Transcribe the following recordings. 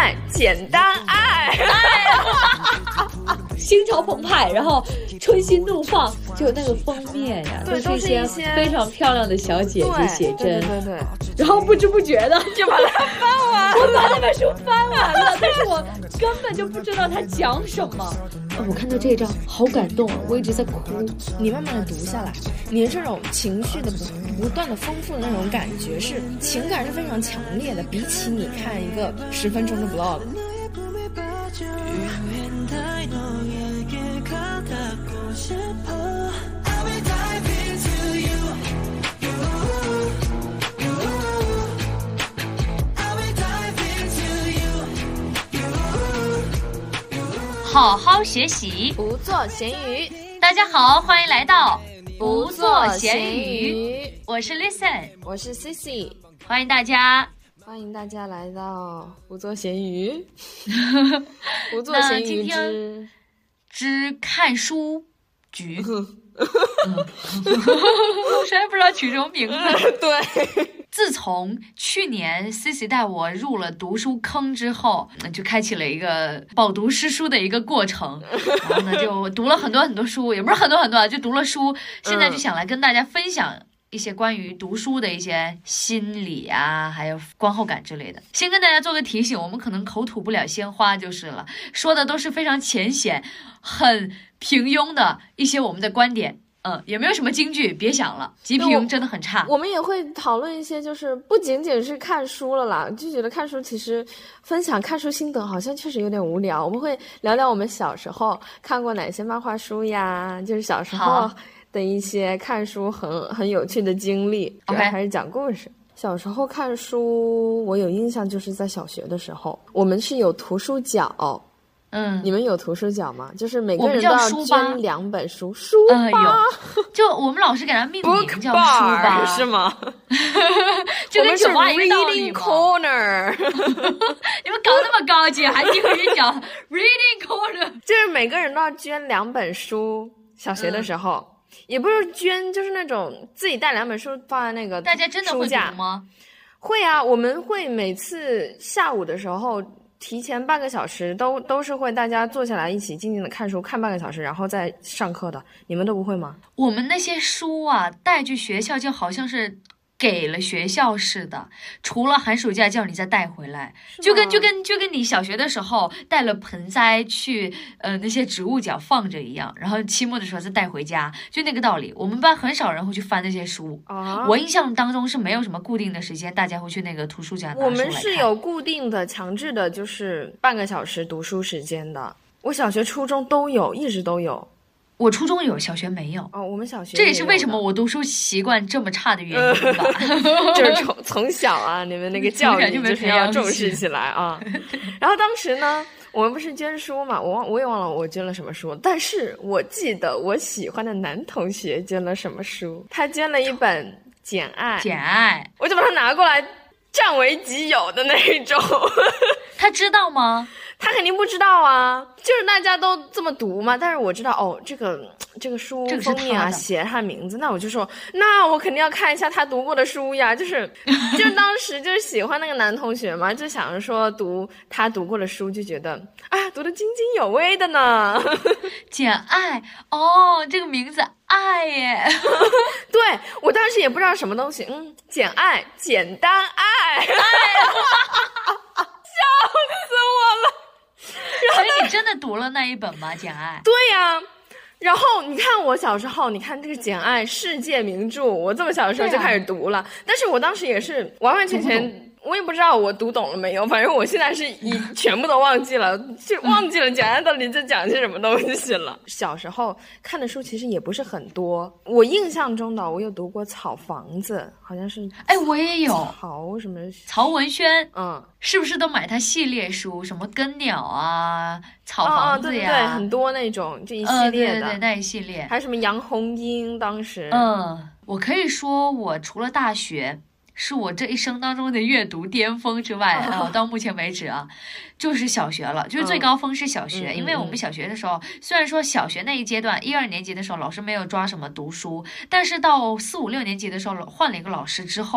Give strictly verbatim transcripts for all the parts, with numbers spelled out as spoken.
爱，简单爱， 心潮澎湃，然后春心怒放，就那个封面呀， 对， 都是一些非常漂亮的小姐姐写真， 对对对对， 然后不知不觉的就把它翻完， 我把那本书翻完了，但是我根本就不知道它讲什么。哦，我看到这一章好感动啊，我一直在哭。 你慢慢的读下来，你的这种情绪的不不断的丰富的那种感觉是情感是非常强烈的，比起你看一个十分钟的 vlog。 好好学习， 不做咸鱼。 大家好，欢迎来到不做咸鱼。 我是 Listen， 我是 Cici， 欢迎大家， 欢迎大家来到不做咸鱼。不做咸鱼之之看书局。嗯、我实在不知道取什么名字。 对。 自从去年 Cici 带我入了读书坑之后，就开启了一个饱读诗书的一个过程，然后呢就读了很多很多书，也不是很多很多，就读了书。现在就想来跟大家分享一些关于读书的一些心理啊，还有观后感之类的。先跟大家做个提醒，我们可能口吐不了鲜花就是了，说的都是非常浅显、很平庸的一些我们的观点。嗯，也没有什么金句，别想了，极评真的很差。 我们也会讨论一些，就是不仅仅是看书了啦，就觉得看书其实分享看书心得好像确实有点无聊。我们会聊聊我们小时候看过哪些漫画书呀，就是小时候的一些看书很很有趣的经历。主要还是讲故事。小时候看书，我有印象就是在小学的时候，我们是有图书角。 嗯， 你们有图书角吗？就是每个人都要捐两本书，书吧、呃、有，就我们老师给它命名叫书吧， 是吗？ 就跟九八一个道我们是 reading 理 corner， 你们搞那么高级，还听人讲 reading corner， 就是每个人都要捐两本书。小学的时候、嗯、也不是捐，就是那种自己带两本书放在那个书架。 大家真的会读吗？ 会啊，我们会每次下午的时候。提前半个小时都都是会大家坐下来一起静静的看书，看半个小时，然后再上课的。你们都不会吗？ 我们那些书啊，带去学校就好像是给了学校似的，除了寒暑假叫你再带回来，就跟就跟就跟你小学的时候带了盆栽去呃那些植物角放着一样，然后期末的时候再带回家，就那个道理。我们班很少人会去翻那些书啊，我印象当中是没有什么固定的时间大家会去那个图书角拿书来看。 我们是有固定的强制的，就是半个小时读书时间的。我小学初中都有，一直都有。 我初中有，小学没有。 哦，我们小学这也是为什么我读书习惯这么差的原因吧。 就是从从小啊，你们那个教育就是要重视起来啊。然后当时呢，我们不是捐书嘛，我忘我也忘了我捐了什么书，但是我记得我喜欢的男同学捐了什么书，他捐了一本《简爱》。 简爱， 我就把它拿过来占为己有的那一种。 他知道吗？ 他肯定不知道啊，就是大家都这么读嘛。但是我知道哦，这个这个书封面啊写他名字，那我就说，那我肯定要看一下他读过的书呀。就是就是当时就是喜欢那个男同学嘛，就想着说读他读过的书，就觉得啊，读得津津有味的呢。 简爱哦，这个名字爱耶。 对，我当时也不知道什么东西，嗯，简爱，简单爱。哎笑死我了！ 所以你真的读了那一本吗？简爱？ 对呀、啊，然后你看我小时候，你看这个简爱世界名著，我这么小的时候就开始读了，啊、但是我当时也是完完全全，我也不知道我读懂了没有，反正我现在是一全部都忘记了，就忘记了简爱到底在讲些什么东西了。小时候看的书其实也不是很多，我印象中的我有读过《草房子》，好像是， 哎，我也有曹什么曹文轩， 嗯。 是不是都买他系列书？什么根鸟啊、草房子呀， 哦、对对对，很多那种这一系列的， 呃、对对对，那一系列， 还有什么杨红樱，当时， 嗯，我可以说，我除了大学是我这一生当中的阅读巅峰之外，啊、哦呃，到目前为止啊，就是小学了，就是最高峰是小学，嗯、因为我们小学的时候，虽然说小学那一阶段一二年级的时候老师没有抓什么读书，但是到四五六年级的时候换了一个老师之后。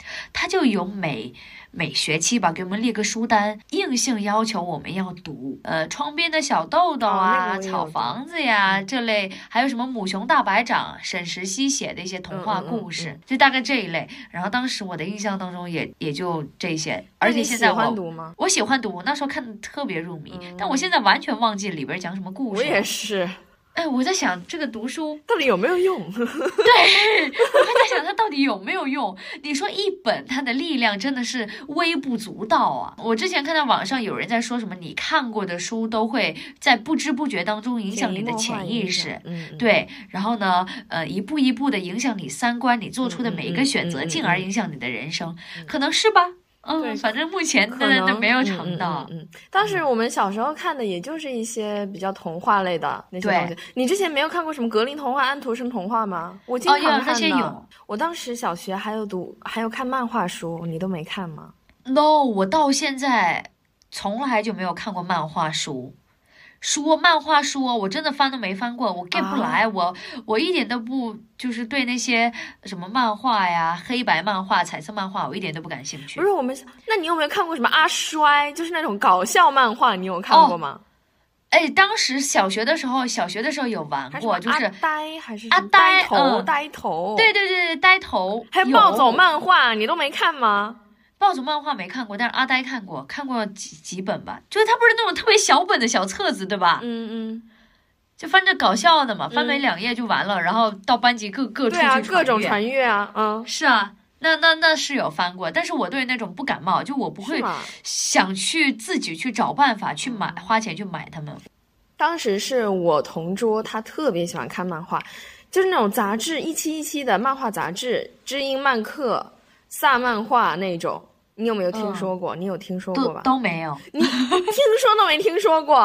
他就有每每学期吧给我们列个书单，硬性要求我们要读，呃，窗边的小豆豆啊， 哦那个、 草房子呀这类，还有什么母熊大白掌，沈石溪写的一些童话故事，嗯嗯嗯、就大概这一类。然后当时我的印象当中也也就这些，而且现在我喜欢读吗？ 我喜欢读，那时候看的特别入迷、嗯，但我现在完全忘记里边讲什么故事。 我也是。 哎，我在想这个读书到底有没有用？ 对，我在想它到底有没有用？你说一本它的力量真的是微不足道啊！我之前看到网上有人在说什么，你看过的书都会在不知不觉当中影响你的潜意识， 嗯， 对，然后呢，呃，一步一步的影响你三观，你做出的每一个选择， 嗯、 进而影响你的人生，嗯、可能是吧？嗯，反正目前的都没有尝到。 嗯，嗯嗯当时我们小时候看的也就是一些比较童话类的那些东西。你之前没有看过什么格林童话、安徒生童话吗？我经常看的。哦， 那些有。 我当时小学还有读，还有看漫画书，你都没看吗 ？No， 我到现在从来就没有看过漫画书。书漫画书我真的翻都没翻过，我 get 不来，啊、我我一点都不就是对那些什么漫画呀、黑白漫画、彩色漫画，我一点都不感兴趣。 不是我们，那你有没有看过什么阿衰？就是那种搞笑漫画，你有看过吗？ 哦、哎，当时小学的时候，小学的时候有玩过，就是阿呆还是阿呆头、 嗯、 呆头？ 对对对，呆头。 还有暴走漫画，你都没看吗？ 暴走漫画没看过，但是阿呆看过，看过几几本吧。就是它不是那种特别小本的小册子，对吧？ 嗯嗯， 就翻着搞笑的嘛，翻没两页就完了，嗯、然后到班级各各处去传阅，对啊，各种传阅啊，嗯， 是啊，那那那是有翻过，但是我对那种不感冒，就我不会想去自己去找办法去买，花钱去买它们。 当时是我同桌，他特别喜欢看漫画，就是那种杂志一期一期的漫画杂志，知音漫客、萨漫画那种。你有没有听说过？嗯、你有听说过吧？ 都, 都没有。 你听说都没听说过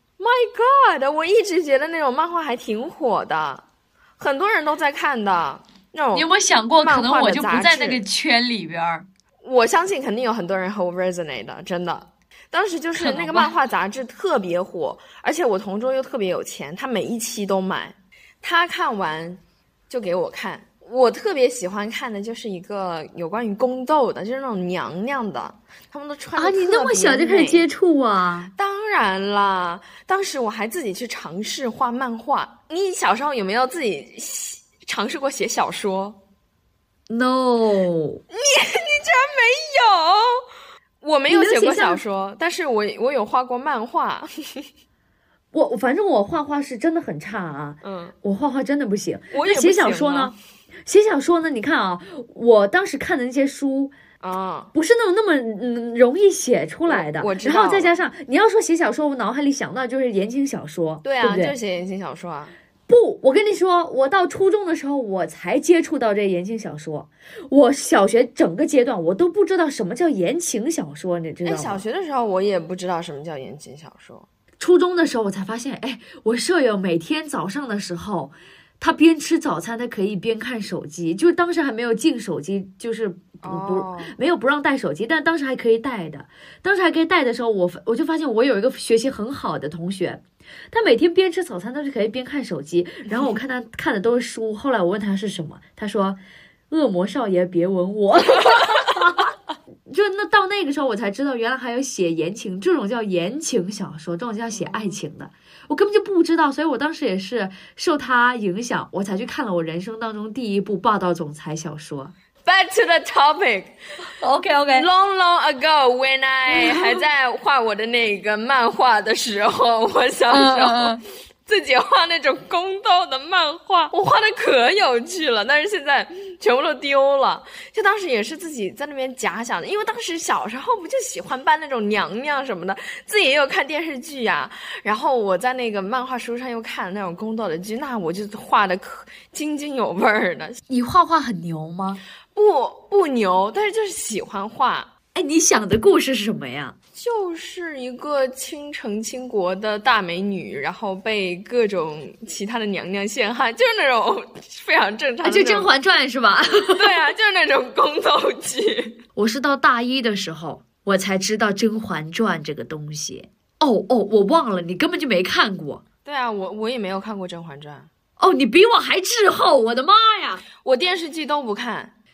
？My God！ 我一直觉得那种漫画还挺火的，很多人都在看的那种。 你有没有想过，可能我就不在那个圈里边？ 我相信肯定有很多人和我 resonate 的，真的。当时就是那个漫画杂志特别火，而且我同桌又特别有钱，他每一期都买，他看完就给我看。我特别喜欢看的就是一个有关于宫斗的，就是那种娘娘的，他们都穿得特别美。 啊，你那么小就开始接触啊？ 当然啦，当时我还自己去尝试画漫画。你小时候有没有自己尝试过写小说 ？No， 你你居然没有？我没有写过小说，但是我我有画过漫画。 我反正我画画是真的很差啊， 嗯， 我画画真的不行。 我也不行、啊、写小说呢？写小说呢？你看啊，我当时看的那些书啊， 不是那种那么嗯容易写出来的。 我知道。 然后再加上你要说写小说，我脑海里想到就是言情小说。 对啊， 对不对？ 就写言情小说啊。 不，我跟你说，我到初中的时候我才接触到这言情小说。我小学整个阶段我都不知道什么叫言情小说，你知道吗？ 哎，小学的时候我也不知道什么叫言情小说。 初中的时候我才发现，哎，我舍友每天早上的时候，他边吃早餐，他可以边看手机。就是当时还没有禁手机，就是不、 哦、 不没有不让带手机，但当时还可以带的。当时还可以带的时候，我我就发现我有一个学习很好的同学，他每天边吃早餐，他就可以边看手机。然后我看他看的都是书，后来我问他是什么，他说：“恶魔少爷别吻我。”就那到那个时候我才知道，原来还有写言情，这种叫言情小说，这种叫写爱情的，我根本就不知道。所以我当时也是受他影响，我才去看了我人生当中第一部霸道总裁小说。 Back to the topic. OK OK. Long long ago, when I 还在画我的那个漫画的时候，我小时候自己画那种宫斗的漫画，我画的可有趣了，但是现在全部都丢了。就当时也是自己在那边假想的，因为当时小时候不就喜欢扮那种娘娘什么的，自己也有看电视剧呀、啊。然后我在那个漫画书上又看那种宫斗的剧，那我就画的可津津有味儿的。 你画画很牛吗？ 不不牛，但是就是喜欢画。 哎，你想的故事是什么呀？ 就是一个倾城倾国的大美女，然后被各种其他的娘娘陷害，就是那种非常正常的、啊、 就《甄嬛传》是吧？ 对啊，就是那种宫斗剧。 我是到大一的时候我才知道《甄嬛传》这个东西。哦哦，我忘了，你根本就没看过。 对啊，我我也没有看过《甄嬛传》。 哦，你比我还滞后，我的妈呀！ 我电视剧都不看。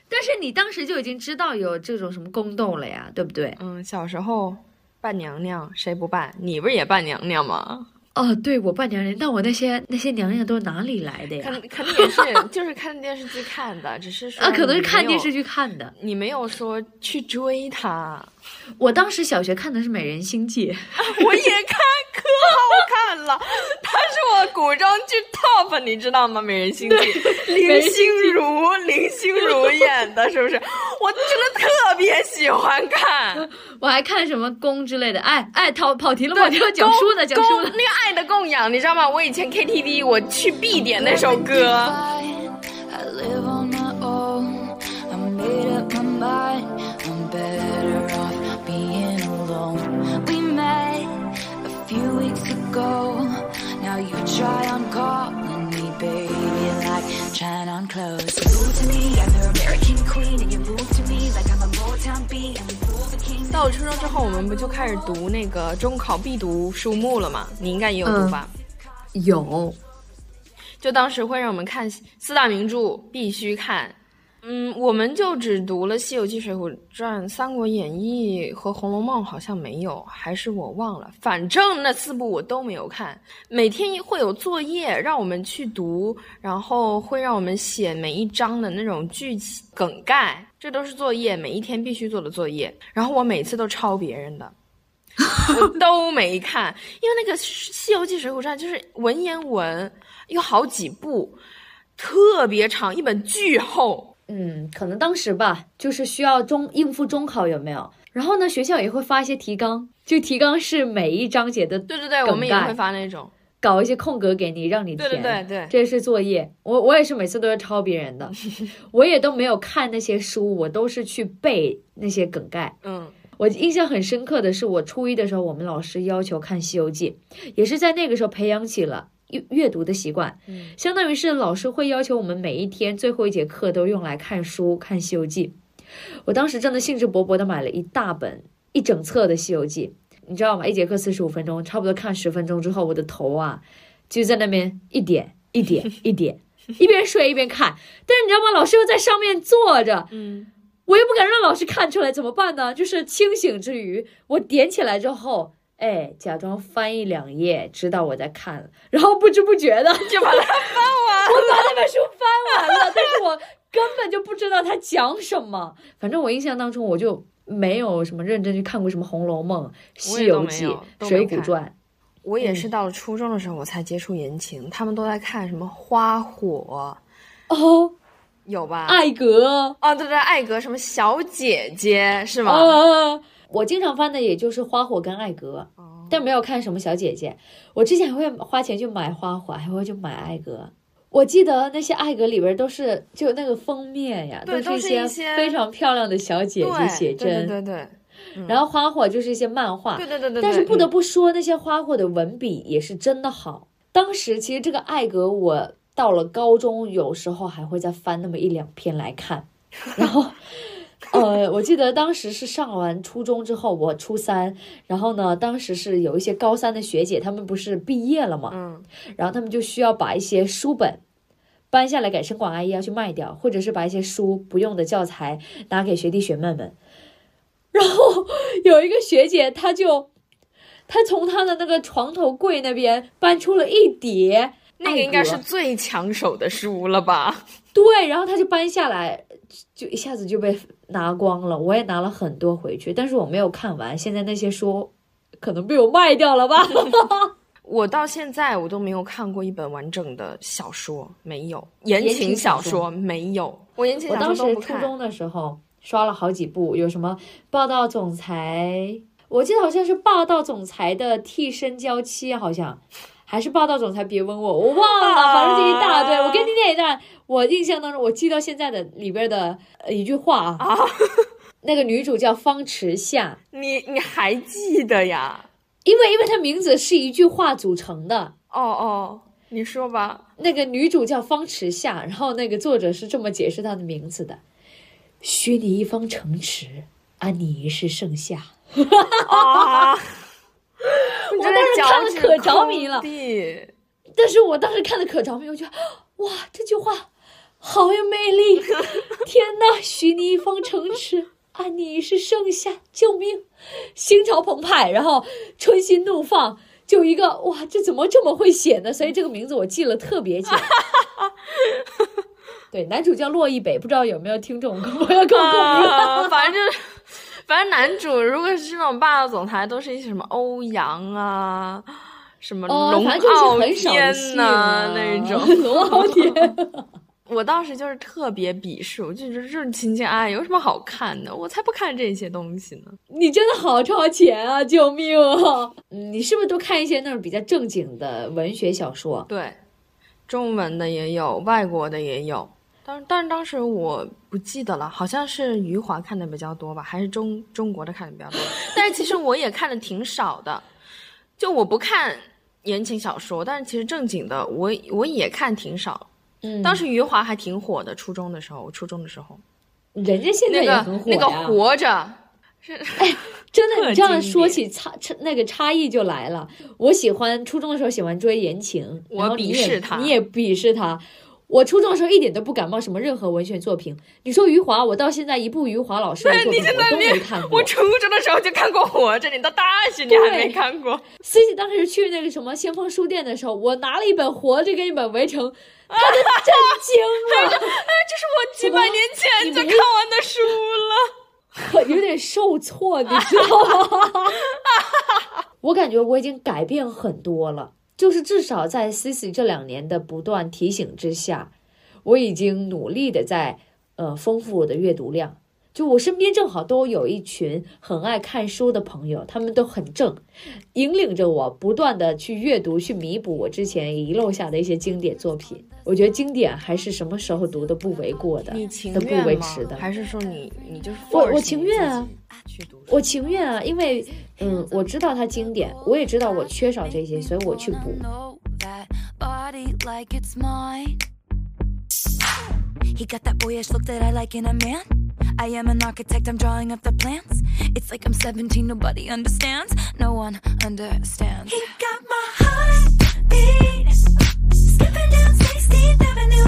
但是你当时就已经知道有这种什么宫斗了呀，对不对？ 嗯，小时候扮娘娘谁不扮？你不是也扮娘娘吗？ 哦，对，我扮娘娘，但我那些那些娘娘都哪里来的呀？ 肯肯定也是，就是看电视剧看的，只是说啊，可能是看电视剧看的。 你没有说去追她。 我当时小学看的是《美人心计》， 我也看，可好看了。它是我古装剧 top， 你知道吗？《美人心计》，林心如，林心如演的，是不是？我真的特别喜欢看。 我还看什么宫之类的。哎哎，跑跑题了，跑题了，讲书的，讲书的。 那个《爱的供养》，你知道吗？我以前 K T V 我去必点那首歌。Now you try on calling me baby like trying on clothes. You move to me, I'm the American queen, and you move to me like I'm a Motown beat, and we pull the king. 到了初中之后，我们不就开始读那个中考必读书目了吗？你应该也有读吧？ 嗯、有。 就当时会让我们看四大名著，必须看。嗯，我们就只读了《西游记》《水浒传》《三国演义》和《红楼梦》，好像没有，还是我忘了。反正那四部我都没有看。每天会有作业让我们去读，然后会让我们写每一章的那种剧情梗概，这都是作业，每一天必须做的作业。然后我每次都抄别人的，我都没看，因为那个《西游记》《水浒传》就是文言文，有好几部，特别长，一本巨厚。 嗯，可能当时吧，就是需要中应付中考，有没有？然后呢，学校也会发一些提纲，就提纲是每一章节的， 对对对，我们也会发那种， 搞一些空格给你，让你填。 对对对对， 这是作业。我我也是每次都要抄别人的，我也都没有看那些书，我都是去背那些梗概。 嗯， 我印象很深刻的是，我初一的时候，我们老师要求看《西游记》，也是在那个时候培养起了阅读的习惯， 嗯， 相当于是老师会要求我们每一天最后一节课都用来看书，看《西游记》。我当时真的兴致勃勃的买了一大本一整册的《西游记》，你知道吗？一节课四十五分钟，差不多看十分钟之后，我的头啊就在那边一点一点一点，一边睡一边看。但是你知道吗？老师又在上面坐着， 嗯， 我又不敢让老师看出来，怎么办呢？就是清醒之余，我点起来之后。哎，假装翻一两页，知道我在看，然后不知不觉的就把它翻完了。 我把那本书翻完了，但是我根本就不知道它讲什么。反正我印象当中，我就没有什么认真去看过什么《红楼梦》《西游记》《水浒传》。 我也是到了初中的时候，我才接触言情，他们都在看什么花火哦， 有吧？ 艾格哦，对对，艾格什么小姐姐是吗？ 哦。我经常翻的也就是花火跟艾格，哦，但没有看什么小姐姐。我之前还会花钱去买花火，还会去买艾格。我记得那些艾格里边都是就那个封面呀， 对， 都是一些非常漂亮的小姐姐写真， 对对对对。 嗯、然后花火就是一些漫画， 对对对对。 但是不得不说，那些花火的文笔也是真的好。当时其实这个艾格，我到了高中，有时候还会再翻那么一两篇来看，然后。呃，我记得当时是上完初中之后，我初三，然后呢，当时是有一些高三的学姐，她们不是毕业了嘛， 嗯， 然后她们就需要把一些书本搬下来给生管阿姨要去卖掉，或者是把一些书不用的教材拿给学弟学妹们。然后有一个学姐，她就她从她的那个床头柜那边搬出了一叠， 那个应该是最抢手的书了吧？ 对，然后她就搬下来。就一下子就被拿光了，我也拿了很多回去，但是我没有看完，现在那些书可能被我卖掉了吧。 我到现在我都没有看过一本完整的小说，没有言情小说没有。我言情小说都不看。我当时初中的时候刷了好几部，有什么霸道总裁，我记得好像是霸道总裁的替身娇妻，好像还是霸道总裁别问我，我忘了，反正这一大堆。我给你念一段，我印象当中我记到现在的里边的一句话啊， 啊那个女主叫方池夏， 你你还记得呀？ 因为因为她名字是一句话组成的。 哦哦，你说吧。 那个女主叫方池夏，然后那个作者是这么解释她的名字的：许你一方城池，安你一世盛夏。 啊！ 我当时看的可着迷了，但是我当时看的可着迷，我觉得哇，这句话好有魅力！天哪，许你一方城池，安你一世盛夏，救命！心潮澎湃，然后春心怒放，就一个哇，这怎么这么会写呢？所以这个名字我记了特别紧。对，男主叫洛一北，不知道有没有听众朋友跟我共鸣、 啊？反正反正男主如果是这种霸道总裁，都是一些什么欧阳啊，什么龙傲天呐、啊、那种。 龙傲天。 我当时就是特别鄙视，我就觉得这种情情爱爱有什么好看的？我才不看这些东西呢！ 你真的好超前啊！救命啊！嗯，你是不是都看一些那种比较正经的文学小说？ 对，中文的也有，外国的也有。但但是当时我不记得了，好像是余华看的比较多吧，还是中中国的看的比较多。但是其实我也看的挺少的，就我不看言情小说，但是其实正经的我我也看挺少。嗯，当时余华还挺火的，初中的时候，初中的时候， 人家现在也很火呀。 那个、那个活着，是哎，真的，你这样说起差差那个差异就来了。我喜欢初中的时候喜欢追言情， 我鄙视他， 你也鄙视他。我初中的时候一点都不感冒什么任何文学作品。你说余华，我到现在一部余华老师的作品我都没看过。 我初中的时候就看过《活着》，你到大学你还没看过。 思琪当时去那个什么先锋书店的时候，我拿了一本《活着》跟一本《围城》，他都震惊了。 这是我几百年前就看完的书了， 有点受挫，你知道吗？我感觉我已经改变很多了。就是至少在 Cici 这两年的不断提醒之下，我已经努力的在呃丰富我的阅读量。就我身边正好都有一群很爱看书的朋友，他们都很正，引领着我不断的去阅读，去弥补我之前遗漏下的一些经典作品。我觉得经典还是什么时候读都不为过的， 你情都不为迟的。 还是说你你就是我我情愿啊，我情愿啊，因为嗯，我知道它经典，我也知道我缺少这些，所以我去补。He got that boyish look that I like in a man. I am an architect, I'm drawing up the plans. It's like I'm seventeen, nobody understands. No one understands. He got my heart beat skipping down sixteenth Avenue.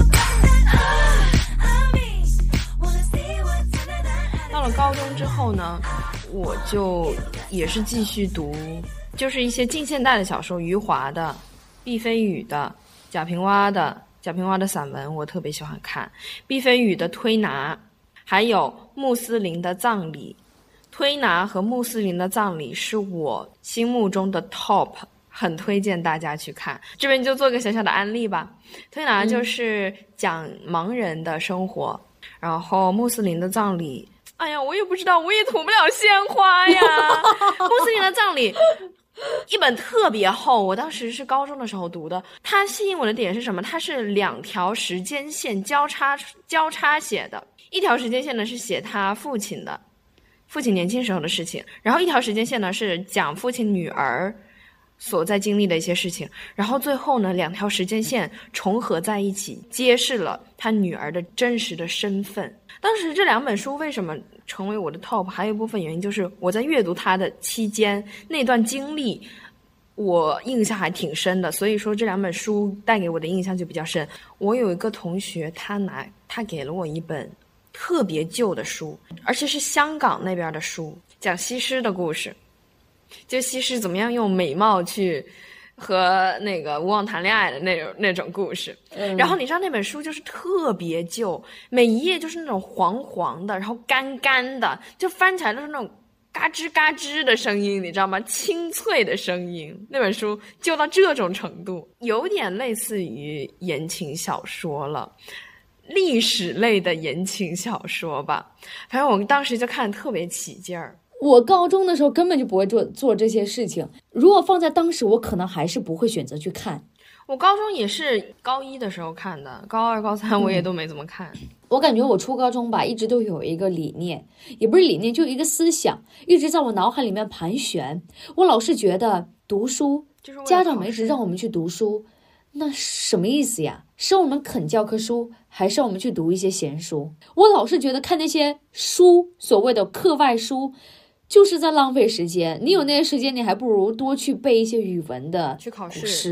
I mean, wanna see what's under that. 到了高中之后呢，我就也是继续读，就是一些近现代的小说，余华的、毕飞宇的、贾平凹的。贾平凹的散文我特别喜欢看，毕飞宇的推拿，还有穆斯林的葬礼。推拿和穆斯林的葬礼是我心目中的 top， 很推荐大家去看。这边就做个小小的案例吧。推拿就是讲盲人的生活，嗯、然后穆斯林的葬礼，哎呀，我也不知道，我也涂不了鲜花呀。穆斯林的葬礼一本特别厚，我当时是高中的时候读的。它吸引我的点是什么？它是两条时间线交叉交叉写的。一条时间线呢是写他父亲的，父亲年轻时候的事情，然后一条时间线呢是讲父亲女儿所在经历的一些事情，然后最后呢两条时间线重合在一起，揭示了他女儿的真实的身份。当时这两本书为什么成为我的 top， 还有一部分原因就是我在阅读它的期间那段经历我印象还挺深的，所以说这两本书带给我的印象就比较深。我有一个同学，他拿他给了我一本特别旧的书，而且是香港那边的书，讲西施的故事，就西施怎么样用美貌去和那个吴王谈恋爱的那种那种故事、嗯、然后你知道那本书就是特别旧，每一页就是那种黄黄的，然后干干的，就翻起来都是那种嘎吱嘎吱的声音，你知道吗？清脆的声音。那本书旧到这种程度，有点类似于言情小说了，历史类的言情小说吧。反正我当时就看得特别起劲儿。 我高中的时候根本就不会做做这些事情，如果放在当时我可能还是不会选择去看。 我高中也是高一的时候看的，高二高三我也都没怎么看、嗯、 我感觉我初高中吧一直都有一个理念，也不是理念，就一个思想一直在我脑海里面盘旋。我老是觉得读书，家长们一直让我们去读书，那什么意思呀？是我们啃教科书，还是我们去读一些闲书？我老是觉得看那些书，所谓的课外书，就是在浪费时间。你有那些时间，你还不如多去背一些语文的去考试。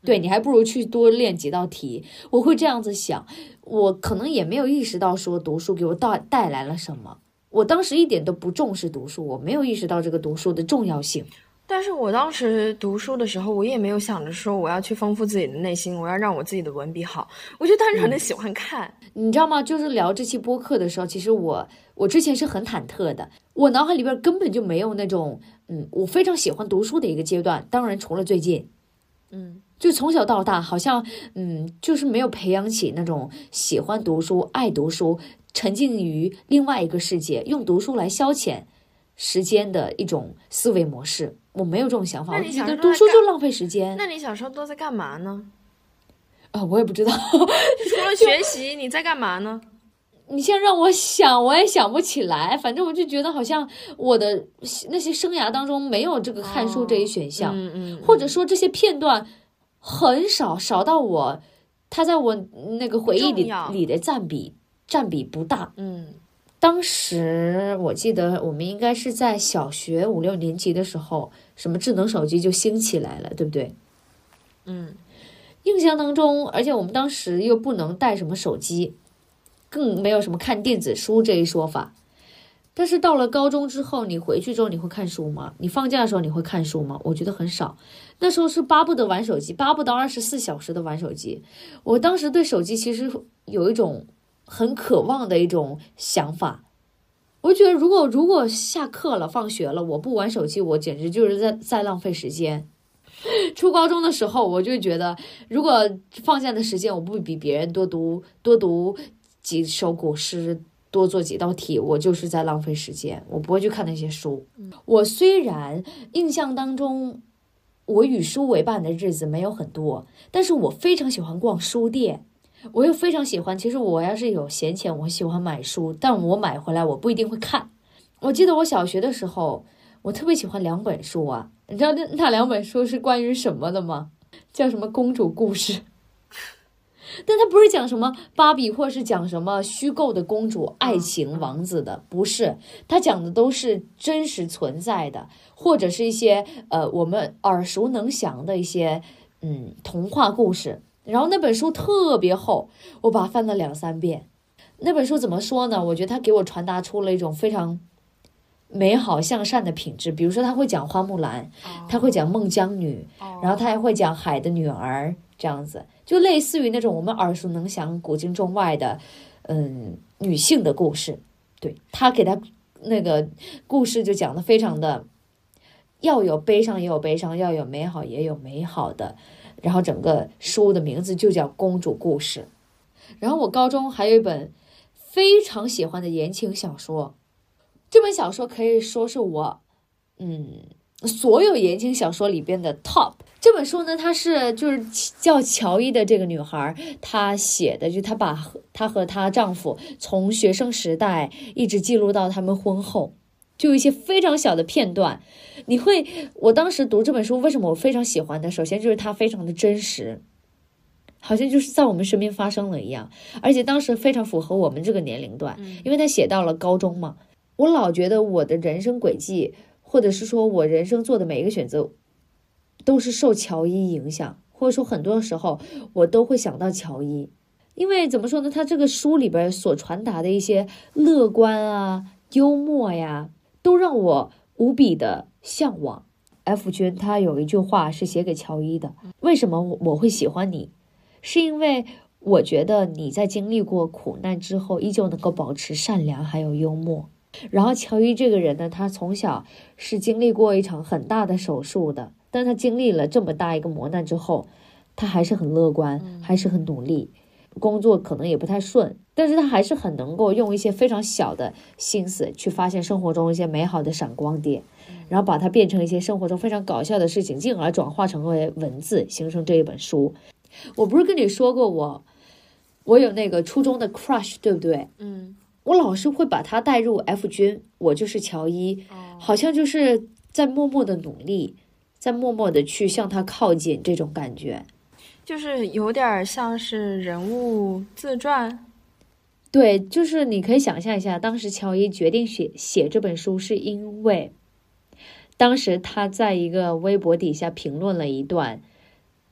对，你还不如去多练几道题。我会这样子想，我可能也没有意识到说读书给我带带来了什么。我当时一点都不重视读书，我没有意识到这个读书的重要性。 但是我当时读书的时候，我也没有想着说我要去丰富自己的内心，我要让我自己的文笔好，我就单纯的喜欢看、 嗯、你知道吗？就是聊这期播客的时候，其实我我之前是很忐忑的，我脑海里边根本就没有那种嗯，我非常喜欢读书的一个阶段。当然除了最近， 嗯， 就从小到大好像嗯，就是没有培养起那种喜欢读书、爱读书、沉浸于另外一个世界，用读书来消遣时间的一种思维模式。我没有这种想法，我觉得读书就浪费时间。 那你小时候都在干嘛呢？ 啊，我也不知道。 除了学习，你在干嘛呢？ 你现在让我想，我也想不起来。反正我就觉得好像我的那些生涯当中没有这个看书这一选项， 哦、嗯, 嗯, 嗯或者说这些片段很少，少到我，它在我那个回忆里里的占比占比不大。 嗯。 当时我记得我们应该是在小学五六年级的时候，什么智能手机就兴起来了，对不对？ 嗯， 印象当中，而且我们当时又不能带什么手机，更没有什么看电子书这一说法。但是到了高中之后，你回去之后你会看书吗？你放假的时候你会看书吗？我觉得很少。那时候是巴不得玩手机，巴不得二十四小时的玩手机。我当时对手机其实有一种很渴望的一种想法，我觉得如果如果下课了放学了我不玩手机，我简直就是在在浪费时间。初高中的时候我就觉得，如果放假的时间我不比别人多读多读几首古诗，多做几道题，我就是在浪费时间，我不会去看那些书。我虽然印象当中我与书为伴的日子没有很多，但是我非常喜欢逛书店，我又非常喜欢，其实我要是有闲钱我喜欢买书，但我买回来我不一定会看。我记得我小学的时候我特别喜欢两本书啊，你知道那那两本书是关于什么的吗？叫什么公主故事。但它不是讲什么芭比或是讲什么虚构的公主爱情王子的，不是，它讲的都是真实存在的，或者是一些呃我们耳熟能详的一些嗯童话故事。然后那本书特别厚，我把它翻了两三遍。那本书怎么说呢？我觉得它给我传达出了一种非常美好向善的品质。比如说他会讲花木兰，他会讲孟姜女，然后他还会讲海的女儿，这样子就类似于那种我们耳熟能详古今中外的嗯女性的故事。对，他给他那个故事就讲得非常的，要有悲伤也有悲伤，要有美好也有美好的。然后整个书的名字就叫公主故事。然后我高中还有一本非常喜欢的言情小说，这本小说可以说是我嗯所有言情小说里边的 top。 这本书呢，它是就是叫乔伊的这个女孩她写的，就她把她和她丈夫从学生时代一直记录到他们婚后，就有一些非常小的片段。你会，我当时读这本书为什么我非常喜欢的，首先就是它非常的真实，好像就是在我们身边发生了一样，而且当时非常符合我们这个年龄段，因为它写到了高中嘛。我老觉得我的人生轨迹，或者是说我人生做的每一个选择都是受乔伊影响，或者说很多时候我都会想到乔伊。因为怎么说呢，他这个书里边所传达的一些乐观啊、幽默呀，都让我无比的向往。 F 君他有一句话是写给乔伊的，为什么我会喜欢你，是因为我觉得你在经历过苦难之后依旧能够保持善良还有幽默。然后乔伊这个人呢，他从小是经历过一场很大的手术的，但他经历了这么大一个磨难之后，他还是很乐观，还是很努力，工作可能也不太顺，但是他还是很能够用一些非常小的心思去发现生活中一些美好的闪光点，然后把它变成一些生活中非常搞笑的事情，进而转化成为文字，形成这一本书。我不是跟你说过我我有那个初中的 crush 对不对？ 嗯， 我老是会把他带入 F 君，我就是乔伊，好像就是在默默的努力，在默默的去向他靠近，这种感觉就是有点像是人物自传。 对，就是你可以想象一下，当时乔伊决定写写这本书是因为当时他在一个微博底下评论了一段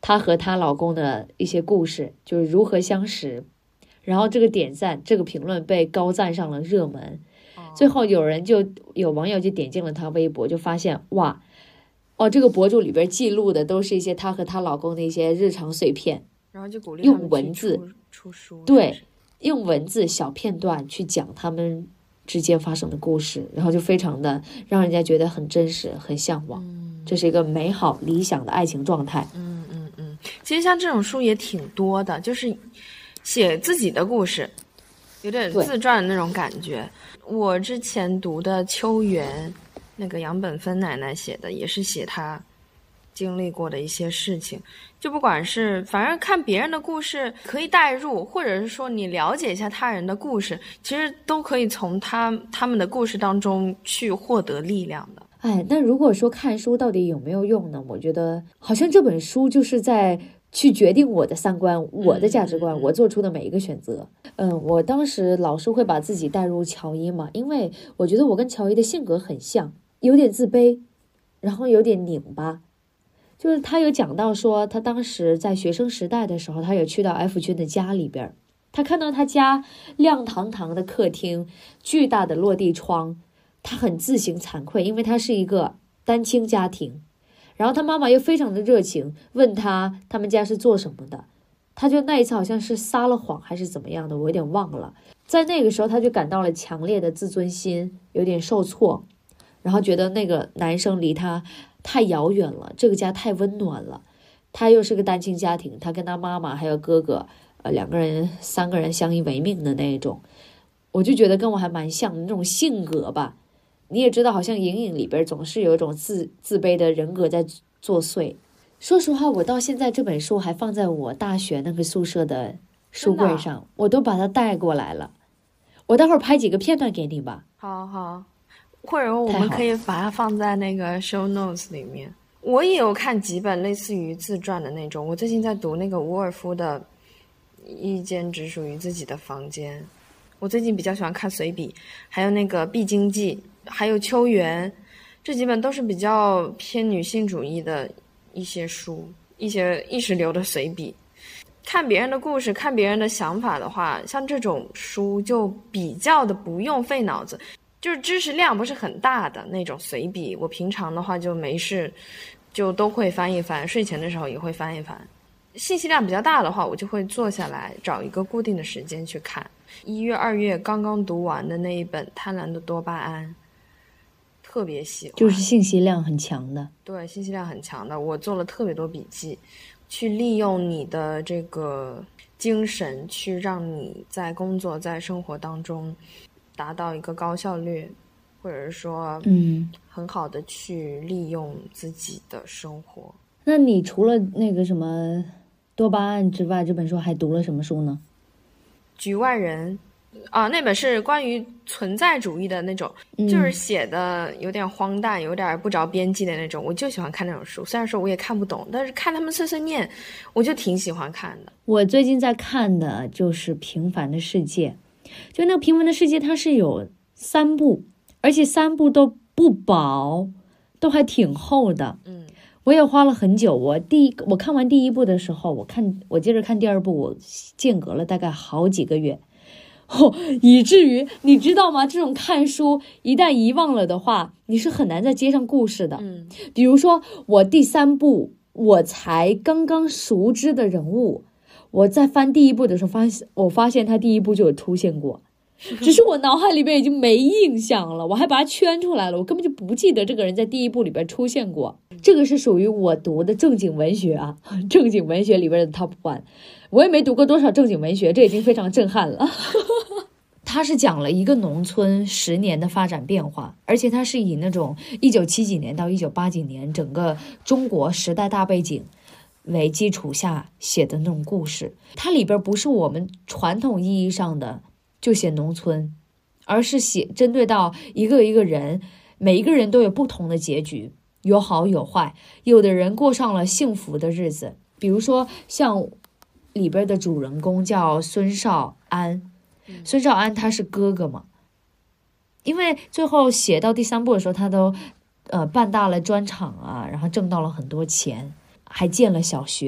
她和她老公的一些故事，就是如何相识。然后这个点赞，这个评论被高赞上了热门。最后有人就有网友就点进了她微博，就发现哇，哦，这个博主里边记录的都是一些她和她老公的一些日常碎片， 然后就鼓励用文字出书， 对，用文字小片段去讲他们之间发生的故事，然后就非常的让人家觉得很真实，很向往。嗯，这是一个美好理想的爱情状态。 嗯嗯嗯，其实像这种书也挺多的，就是写自己的故事，有点自传的那种感觉。我之前读的秋园，那个杨本芬奶奶写的，也是写她经历过的一些事情。就不管是反正看别人的故事可以代入，或者是说你了解一下他人的故事，其实都可以从他他们的故事当中去获得力量的。 哎，那如果说看书到底有没有用呢？我觉得好像这本书就是在去决定我的三观，我的价值观，我做出的每一个选择。嗯，我当时老是会把自己带入乔伊嘛，因为我觉得我跟乔伊的性格很像，有点自卑，然后有点拧巴。就是他有讲到说，他当时在学生时代的时候，他有去到 F 君的家里边，他看到他家亮堂堂的客厅，巨大的落地窗，他很自行惭愧，因为他是一个单亲家庭。然后他妈妈又非常的热情，问他他们家是做什么的，他就那一次好像是撒了谎还是怎么样的，我有点忘了。在那个时候他就感到了强烈的自尊心有点受挫，然后觉得那个男生离他太遥远了，这个家太温暖了。他又是个单亲家庭，他跟他妈妈还有哥哥呃，两个人三个人相依为命的那种，我就觉得跟我还蛮像的那种性格吧。你也知道，好像隐隐里边总是有一种自自卑的人格在作祟。说实话，我到现在这本书还放在我大学那个宿舍的书柜上，我都把它带过来了。我待会儿拍几个片段给你吧。 好好，或者我们可以把它放在那个 show notes 里面。我也有看几本类似于自传的那种，我最近在读那个伍尔夫的一间只属于自己的房间。我最近比较喜欢看随笔，还有那个必经记，还有秋园，这几本都是比较偏女性主义的一些书，一些意识流的随笔。看别人的故事，看别人的想法的话，像这种书就比较的不用费脑子，就是知识量不是很大的那种随笔。我平常的话就没事就都会翻一翻，睡前的时候也会翻一翻。信息量比较大的话，我就会坐下来找一个固定的时间去看。一月二月刚刚读完的那一本《贪婪的多巴胺》，特别喜欢， 就是信息量很强的。 对，信息量很强的，我做了特别多笔记，去利用你的这个精神，去让你在工作在生活当中达到一个高效率，或者是说嗯， 很好的去利用自己的生活。 那你除了那个什么多巴胺之外，这本书还读了什么书呢？ 局外人啊，那本是关于存在主义的那种， 嗯、 就是写的有点荒诞，有点不着边际的那种，我就喜欢看那种书。虽然说我也看不懂，但是看他们碎碎念，我就挺喜欢看的。 我最近在看的就是《平凡的世界》，就那个《平凡的世界》，它是有三部，而且三部都不薄，都还挺厚的。 嗯， 我也花了很久。我第一我看完第一部的时候，我看我接着看第二部，我间隔了大概好几个月。哦，以至于你知道吗？这种看书一旦遗忘了的话，你是很难再接上故事的。 嗯， 比如说我第三部我才刚刚熟知的人物，我在翻第一部的时候发现，我发现他第一部就有出现过，只是我脑海里边已经没印象了，我还把它圈出来了，我根本就不记得这个人在第一部里边出现过。这个是属于我读的正经文学啊，正经文学里边的 top one。我也没读过多少正经文学，这已经非常震撼了。他是讲了一个农村十年的发展变化，而且他是以那种一九七几年到一九八几年整个中国时代大背景为基础下写的那种故事。它里边不是我们传统意义上的就写农村，而是写针对到一个一个人，每一个人都有不同的结局，有好有坏，有的人过上了幸福的日子，比如说像里边的主人公叫孙少安，孙少安他是哥哥嘛，因为最后写到第三部的时候，他都呃办大了专场啊，然后挣到了很多钱，还建了小学，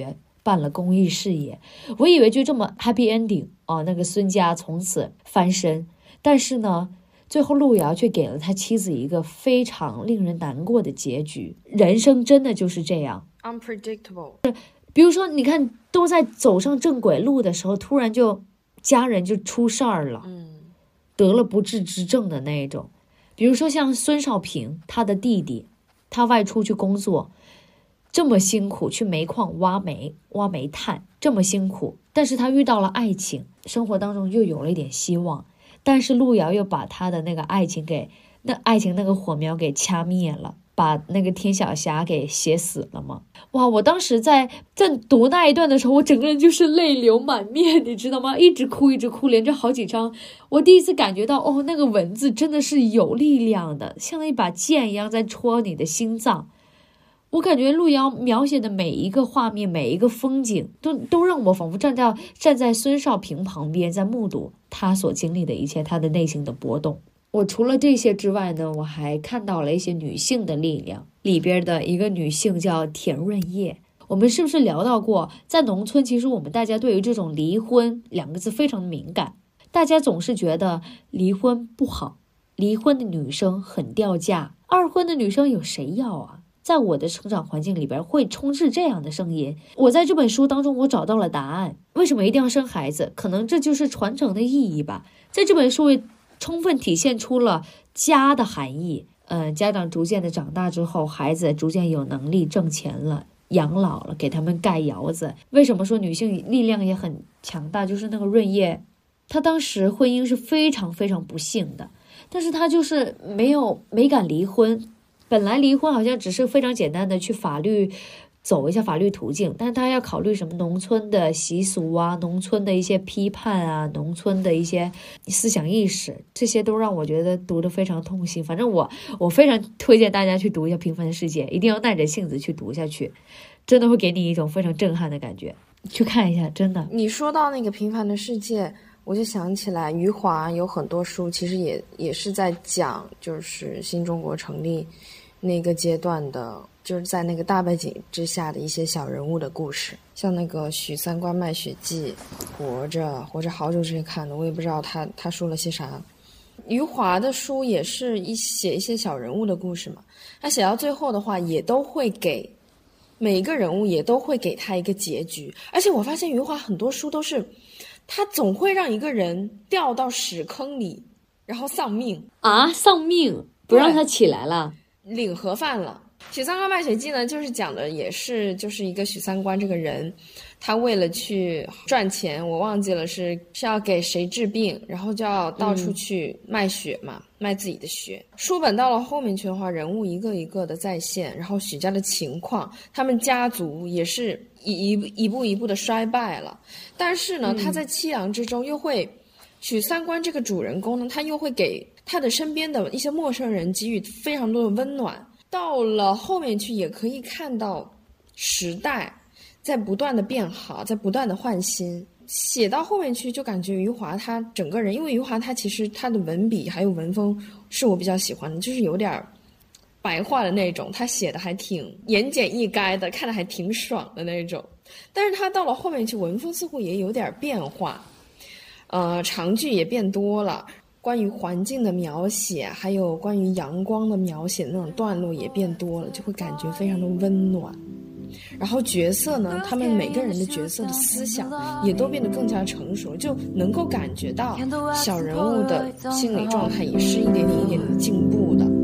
办了公益事业。我以为就这么 happy ending 啊，那个孙家从此翻身。但是呢，最后路遥却给了他妻子一个非常令人难过的结局。人生真的就是这样 unpredictable。 比如说，你看都在走上正轨路的时候，突然就家人就出事儿了， 嗯， 得了不治之症的那一种。比如说像孙少平，他的弟弟，他外出去工作，这么辛苦去煤矿挖煤、挖煤炭，这么辛苦，但是他遇到了爱情，生活当中又有了一点希望。但是路遥又把他的那个爱情给那爱情那个火苗给掐灭了，把那个天晓霞给写死了嘛。哇，我当时在在读那一段的时候，我整个人就是泪流满面，你知道吗？一直哭一直哭，连着好几章。我第一次感觉到，哦，那个文字真的是有力量的，像一把剑一样在戳你的心脏。我感觉路遥描写的每一个画面，每一个风景，都都让我仿佛站在站在孙少平旁边，在目睹他所经历的一切，他的内心的波动。我除了这些之外呢，我还看到了一些女性的力量。里边的一个女性叫田润叶，我们是不是聊到过，在农村其实我们大家对于这种离婚两个字非常敏感，大家总是觉得离婚不好，离婚的女生很掉价，二婚的女生有谁要啊？在我的成长环境里边会充斥这样的声音。我在这本书当中我找到了答案，为什么一定要生孩子？可能这就是传承的意义吧。在这本书里充分体现出了家的含义。嗯，家长逐渐的长大之后，孩子逐渐有能力挣钱了，养老了，给他们盖窑子。为什么说女性力量也很强大？就是那个润叶，她当时婚姻是非常非常不幸的，但是她就是没有没敢离婚。本来离婚好像只是非常简单的去法律走一下法律途径，但是他要考虑什么农村的习俗啊，农村的一些批判啊，农村的一些思想意识，这些都让我觉得读得非常痛心。反正我我非常推荐大家去读一下《平凡的世界》，一定要耐着性子去读下去，真的会给你一种非常震撼的感觉。去看一下，真的。 你说到那个《平凡的世界》，我就想起来余华有很多书其实也也是在讲就是新中国成立那个阶段的，就是在那个大背景之下的一些小人物的故事，像那个许三观卖血记、活着活着好久之前看的，我也不知道他他说了些啥。余华的书也是一写一些小人物的故事嘛，他写到最后的话也都会给每一个人物也都会给他一个结局。而且我发现余华很多书都是他总会让一个人掉到屎坑里然后丧命啊，丧命不让他起来了， 领盒饭了。许三观卖血记呢，就是讲的也是就是一个许三观这个人，他为了去赚钱，我忘记了是是要给谁治病，然后就要到处去卖血嘛、嗯、卖自己的血。书本到了后面去的话，人物一个一个的再现，然后许家的情况，他们家族也是一一一步一步的衰败了。但是呢、嗯、他在凄凉之中又会，许三观这个主人公呢，他又会给他的身边的一些陌生人给予非常多的温暖。到了后面去也可以看到时代在不断的变好，在不断的换新。写到后面去就感觉余华他整个人，因为余华他其实他的文笔还有文风是我比较喜欢的，就是有点白话的那种，他写的还挺言简意赅的，看得还挺爽的那种。但是他到了后面去文风似乎也有点变化，呃，长句也变多了，关于环境的描写还有关于阳光的描写那种段落也变多了，就会感觉非常的温暖。然后角色呢，他们每个人的角色的思想也都变得更加成熟，就能够感觉到小人物的心理状态也是一点点一点点进步的。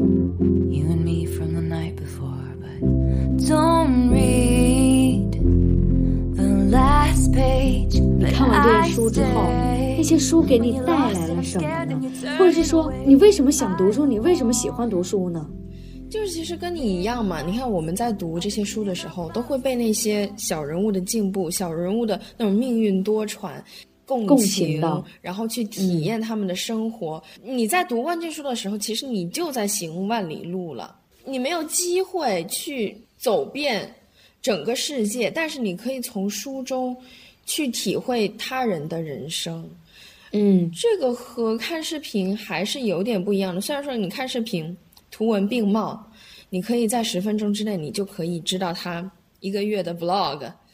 你看完这些书之后，那些书给你带来了什么呢？或者是说你为什么想读书，你为什么喜欢读书呢？ 就是其实跟你一样嘛，你看我们在读这些书的时候，都会被那些小人物的进步、小人物的那种命运多舛共情， 共情的然后去体验他们的生活、嗯、你在读万卷书的时候，其实你就在行万里路了，你没有机会去走遍整个世界，但是你可以从书中去体会他人的人生。 嗯， 这个和看视频还是有点不一样的。虽然说你看视频图文并茂，你可以在十分钟之内你就可以知道他一个月的 vlog，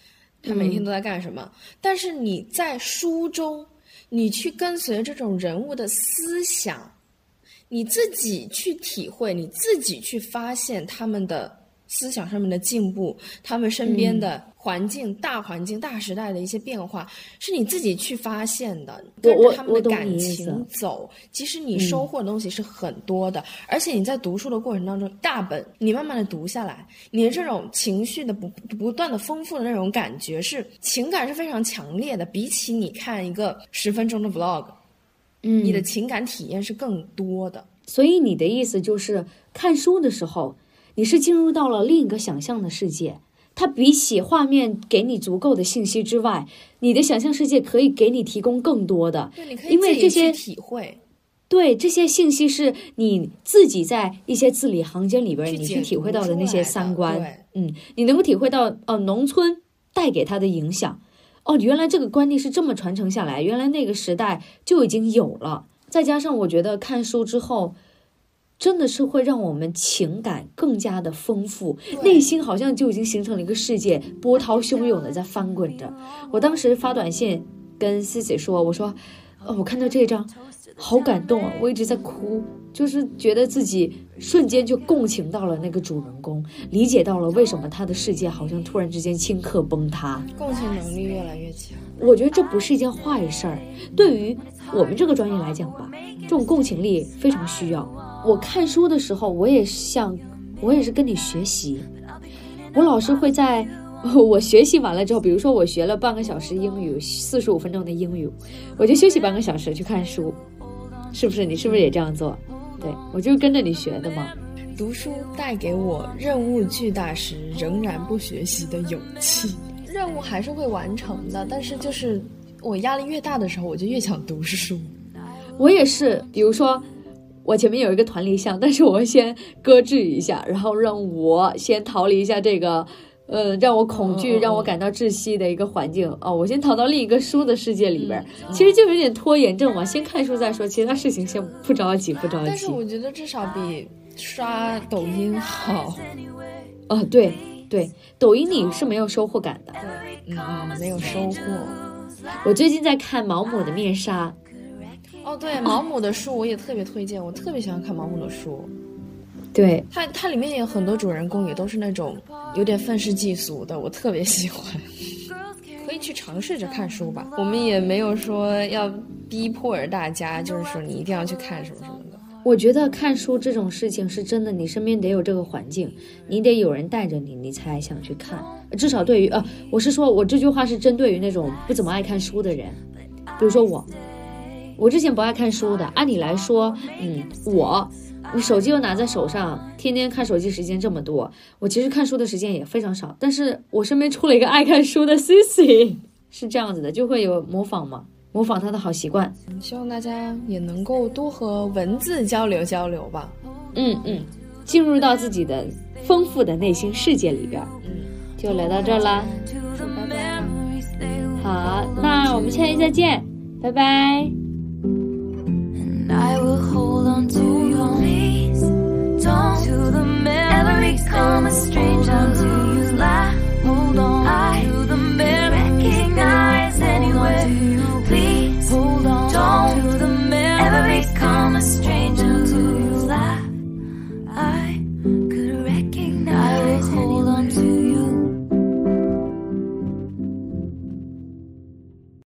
他每天都在干什么。嗯、但是你在书中，你去跟随这种人物的思想，你自己去体会，你自己去发现他们的思想上面的进步，他们身边的环境、嗯、大环境、大时代的一些变化，是你自己去发现的，跟着他们的感情走，其实你收获的东西是很多的、嗯、而且你在读书的过程当中，大本你慢慢的读下来，你的这种情绪的不不断的丰富的那种感觉，是情感是非常强烈的，比起你看一个十分钟的 vlog， 嗯，你的情感体验是更多的。 所以你的意思就是看书的时候你是进入到了另一个想象的世界，它比起画面给你足够的信息之外，你的想象世界可以给你提供更多的， 对，你可以自己去体会。 对，这些信息是你自己在一些字里行间里边你去体会到的那些三观，嗯，你能够体会到呃农村带给他的影响，哦，原来这个观念是这么传承下来，原来那个时代就已经有了。再加上我觉得看书之后真的是会让我们情感更加的丰富，内心好像就已经形成了一个世界，波涛汹涌的在翻滚着。我当时发短信跟 Cici 说，我说、哦、我看到这一章好感动啊，我一直在哭，就是觉得自己瞬间就共情到了那个主人公，理解到了为什么他的世界好像突然之间顷刻崩塌， 共情能力越来越强。 我觉得这不是一件坏事儿，对于我们这个专业来讲吧，这种共情力非常需要。我看书的时候，我也像我也是跟你学习，我老是会在我学习完了之后，比如说我学了半个小时英语，四十五分钟的英语，我就休息半个小时去看书，是不是？你是不是也这样做？对，我就是跟着你学的嘛。 读书带给我任务巨大时仍然不学习的勇气，任务还是会完成的，但是就是我压力越大的时候，我就越想读书。 我也是，比如说我前面有一个团立项，但是我先搁置一下，然后让我先逃离一下这个呃，让我恐惧、嗯、让我感到窒息的一个环境哦，我先逃到另一个书的世界里边、嗯、其实就有点拖延症嘛，先看书再说，其他事情先不着急不着急。 但是我觉得至少比刷抖音好。 哦，对对，抖音你是没有收获感的。 对，嗯嗯，没有收获。 我最近在看毛姆的面纱。 哦，对，毛姆的书我也特别推荐，我特别喜欢看毛姆的书。 对， 它它里面也有很多主人公也都是那种有点愤世嫉俗的，我特别喜欢。可以去尝试着看书吧，我们也没有说要逼迫着大家，就是说你一定要去看什么什么的。 我觉得看书这种事情是真的，你身边得有这个环境，你得有人带着你，你才想去看。至少对于呃，我是说我这句话是针对于那种不怎么爱看书的人，比如说我。我之前不爱看书的，按理来说，嗯，我，你手机又拿在手上，天天看手机时间这么多，我其实看书的时间也非常少。但是我身边出了一个爱看书的 Cici， 是这样子的，就会有模仿嘛，模仿他的好习惯。 希望大家也能够多和文字交流交流吧。 嗯嗯，进入到自己的丰富的内心世界里边。嗯，就聊到这儿啦， 说拜拜。 好，那我们下期再见，拜拜。